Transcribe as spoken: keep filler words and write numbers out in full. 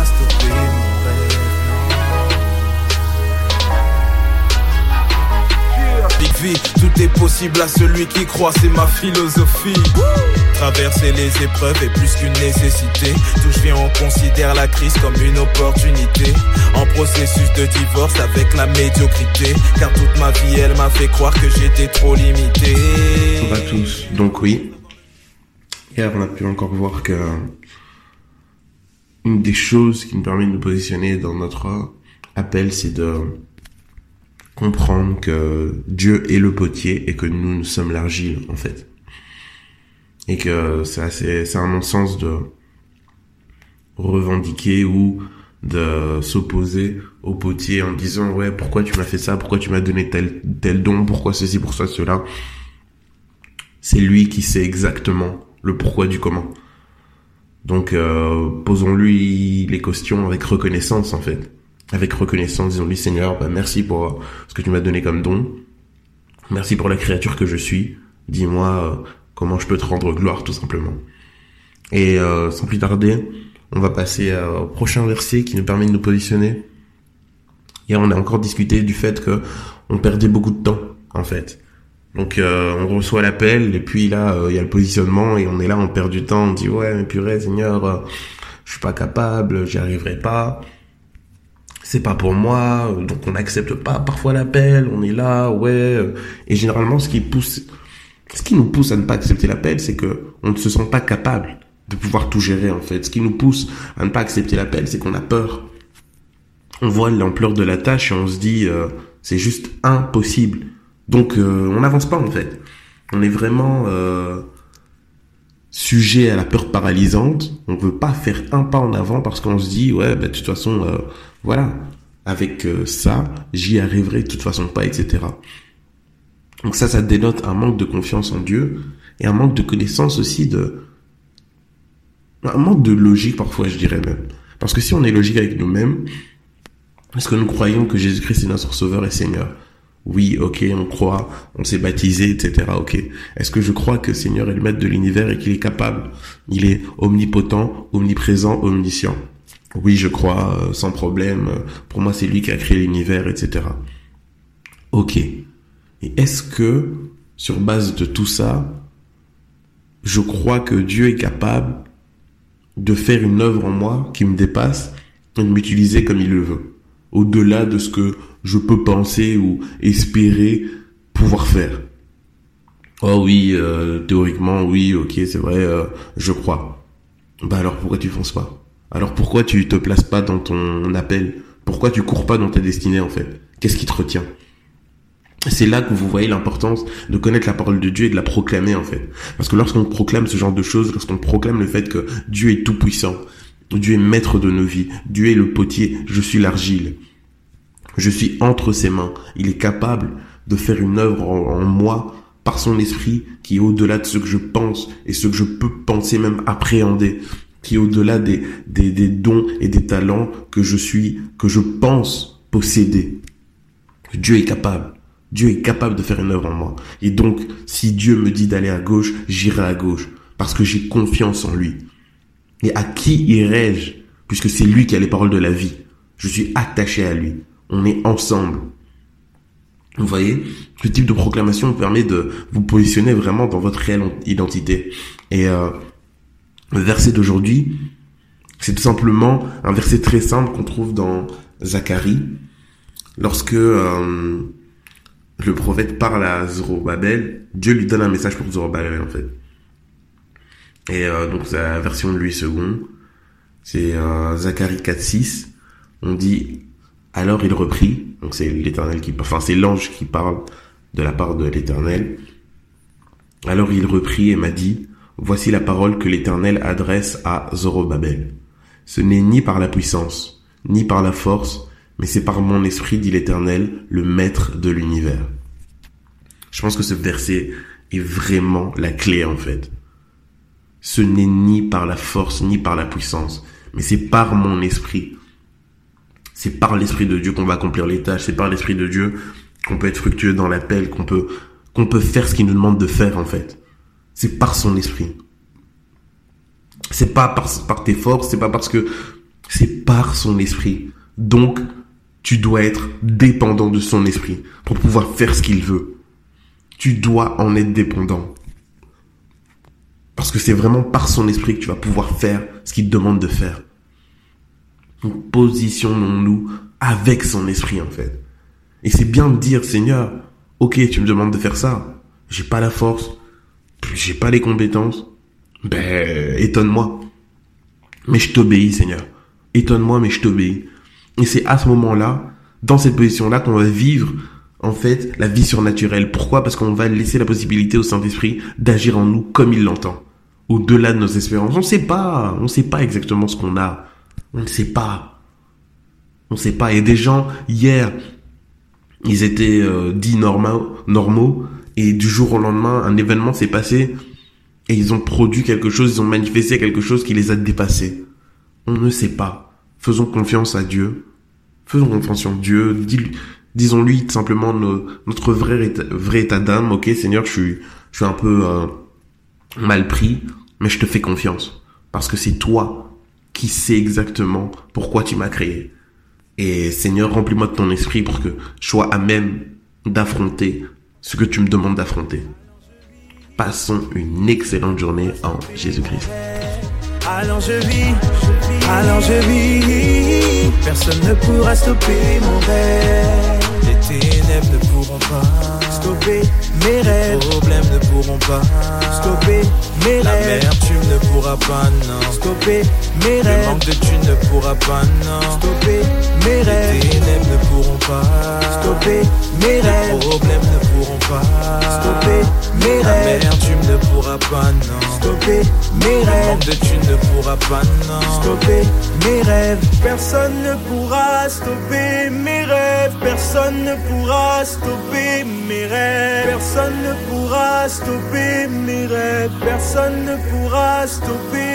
stopper mon rêve, non. Big V, tout est possible à celui qui croit, c'est ma philosophie. Traverser les épreuves est plus qu'une nécessité. D'où je viens, on considère la crise comme une opportunité. En processus de divorce avec la médiocrité, car toute ma vie elle m'a fait croire que j'étais trop limité. Bonjour à tous. Donc oui, hier on a pu encore voir que une des choses qui nous permet de nous positionner dans notre appel, c'est de comprendre que Dieu est le potier et que nous, nous sommes l'argile, en fait. Et que c'est assez, c'est un non-sens de revendiquer ou de s'opposer au potier en disant, ouais, pourquoi tu m'as fait ça? Pourquoi tu m'as donné tel, tel don? Pourquoi ceci? Pourquoi cela? C'est lui qui sait exactement le pourquoi du comment. Donc, euh, posons-lui les questions avec reconnaissance, en fait. Avec reconnaissance, disons-lui, Seigneur, bah, merci pour ce que tu m'as donné comme don. Merci pour la créature que je suis. Dis-moi euh, comment je peux te rendre gloire, tout simplement. Et euh, sans plus tarder, on va passer euh, au prochain verset qui nous permet de nous positionner. Hier, on a encore discuté du fait que on perdait beaucoup de temps, en fait. Donc, euh, on reçoit l'appel, et puis là, il euh, y a le positionnement, et on est là, on perd du temps, on dit, ouais, mais purée, Seigneur, euh, je suis pas capable, j'y arriverai pas. C'est pas pour moi, donc on n'accepte pas parfois l'appel, on est là, ouais, et généralement ce qui pousse, ce qui nous pousse à ne pas accepter l'appel, c'est que on ne se sent pas capable de pouvoir tout gérer, en fait. Ce qui nous pousse à ne pas accepter l'appel, c'est qu'on a peur. On voit l'ampleur de la tâche et on se dit, euh, c'est juste impossible. Donc euh, on n'avance pas, en fait. On est vraiment euh, sujet à la peur paralysante. On veut pas faire un pas en avant parce qu'on se dit, ouais, bah, de toute façon, euh, voilà, avec euh, ça, j'y arriverai de toute façon pas, et cetera. Donc ça, ça dénote un manque de confiance en Dieu et un manque de connaissance aussi de... un manque de logique parfois, je dirais même. Parce que si on est logique avec nous-mêmes, est-ce que nous croyons que Jésus-Christ est notre Sauveur et Seigneur? Oui, ok, on croit, on s'est baptisé, et cetera. Ok. Est-ce que je crois que le Seigneur est le maître de l'univers et qu'il est capable? Il est omnipotent, omniprésent, omniscient. Oui, je crois, euh, sans problème. Pour moi, c'est lui qui a créé l'univers, et cetera. Ok. Et est-ce que, sur base de tout ça, je crois que Dieu est capable de faire une œuvre en moi qui me dépasse et de m'utiliser comme il le veut, au-delà de ce que je peux penser ou espérer pouvoir faire? Oh oui, euh, théoriquement, oui, ok, c'est vrai, euh, je crois. Bah alors pourquoi tu fonces pas? Alors pourquoi tu te places pas dans ton appel? Pourquoi tu cours pas dans ta destinée, en fait? Qu'est-ce qui te retient? C'est là que vous voyez l'importance de connaître la parole de Dieu et de la proclamer, en fait. Parce que lorsqu'on proclame ce genre de choses, lorsqu'on proclame le fait que Dieu est tout puissant, Dieu est maître de nos vies, Dieu est le potier, je suis l'argile, je suis entre ses mains, il est capable de faire une œuvre en, en moi par son esprit qui est au-delà de ce que je pense et ce que je peux penser, même appréhender, qui est au-delà des, des, des dons et des talents que je suis, que je pense posséder. Dieu est capable. Dieu est capable de faire une œuvre en moi. Et donc, si Dieu me dit d'aller à gauche, j'irai à gauche. Parce que j'ai confiance en lui. Et à qui irai-je? Puisque c'est lui qui a les paroles de la vie. Je suis attaché à lui. On est ensemble. Vous voyez, ce type de proclamation vous permet de vous positionner vraiment dans votre réelle identité. Et euh, le verset d'aujourd'hui, c'est tout simplement un verset très simple qu'on trouve dans Zacharie. Lorsque... Euh, le prophète parle à Zorobabel, Dieu lui donne un message pour Zorobabel, en fait. Et euh, donc c'est la version de Louis second, c'est euh, Zacharie quatre six, on dit « Alors il reprit », donc c'est l'Éternel qui, enfin c'est l'ange qui parle de la part de l'Éternel. « Alors il reprit et m'a dit, voici la parole que l'Éternel adresse à Zorobabel. Ce n'est ni par la puissance, ni par la force, mais c'est par mon esprit, dit l'Éternel, le maître de l'univers. » Je pense que ce verset est vraiment la clé, en fait. Ce n'est ni par la force, ni par la puissance, mais c'est par mon esprit. C'est par l'esprit de Dieu qu'on va accomplir les tâches, c'est par l'esprit de Dieu qu'on peut être fructueux dans l'appel, qu'on peut, qu'on peut faire ce qu'il nous demande de faire, en fait. C'est par son esprit. C'est pas par, par tes forces, c'est pas parce que c'est par son esprit. Donc, tu dois être dépendant de son esprit pour pouvoir faire ce qu'il veut. Tu dois en être dépendant. Parce que c'est vraiment par son esprit que tu vas pouvoir faire ce qu'il te demande de faire. Donc, positionnons-nous avec son esprit, en fait. Et c'est bien de dire, Seigneur, ok, tu me demandes de faire ça. J'ai pas la force. J'ai pas les compétences. Ben, étonne-moi. Mais je t'obéis, Seigneur. Étonne-moi, mais je t'obéis. Et c'est à ce moment-là, dans cette position-là, qu'on va vivre, en fait, la vie surnaturelle. Pourquoi ? Parce qu'on va laisser la possibilité au Saint-Esprit d'agir en nous comme il l'entend. Au-delà de nos espérances. On ne sait pas. On ne sait pas exactement ce qu'on a. On ne sait pas. On ne sait pas. Et des gens, hier, ils étaient euh, dits normaux, normaux, et du jour au lendemain, un événement s'est passé, et ils ont produit quelque chose, ils ont manifesté quelque chose qui les a dépassés. On ne sait pas. Faisons confiance à Dieu. Faisons confiance en Dieu. Dis, disons-lui simplement nos, notre vrai état, vrai état d'âme. Ok, Seigneur, je suis, je suis un peu euh, mal pris, mais je te fais confiance. Parce que c'est toi qui sais exactement pourquoi tu m'as créé. Et Seigneur, remplis-moi de ton esprit pour que je sois à même d'affronter ce que tu me demandes d'affronter. Passons une excellente journée en Jésus-Christ. Alors je vis, alors je vis, personne ne pourra stopper mon rêve. Les ténèbres ne pourront pas stopper mes rêves. Les problèmes ne pourront pas stopper mes rêves. L'amertume ne pourra pas, non, stopper mes rêves. Le manque de thunes ne pourra pas, non, stopper mes rêves. Les ténèbres ne pourront pas stopper mes rêves. Les problèmes ne pourront pas stopper mes rêves. L'amertume ne pourra pas, non, stopper mes rêves. Le manque de thunes ne pourra pas, non, stopper mes rêves. Personne ne pourra stopper mes rêves. Personne ne pourra stopper mes rêves. Personne ne pourra stopper mes rêves. Personne ne pourra stopper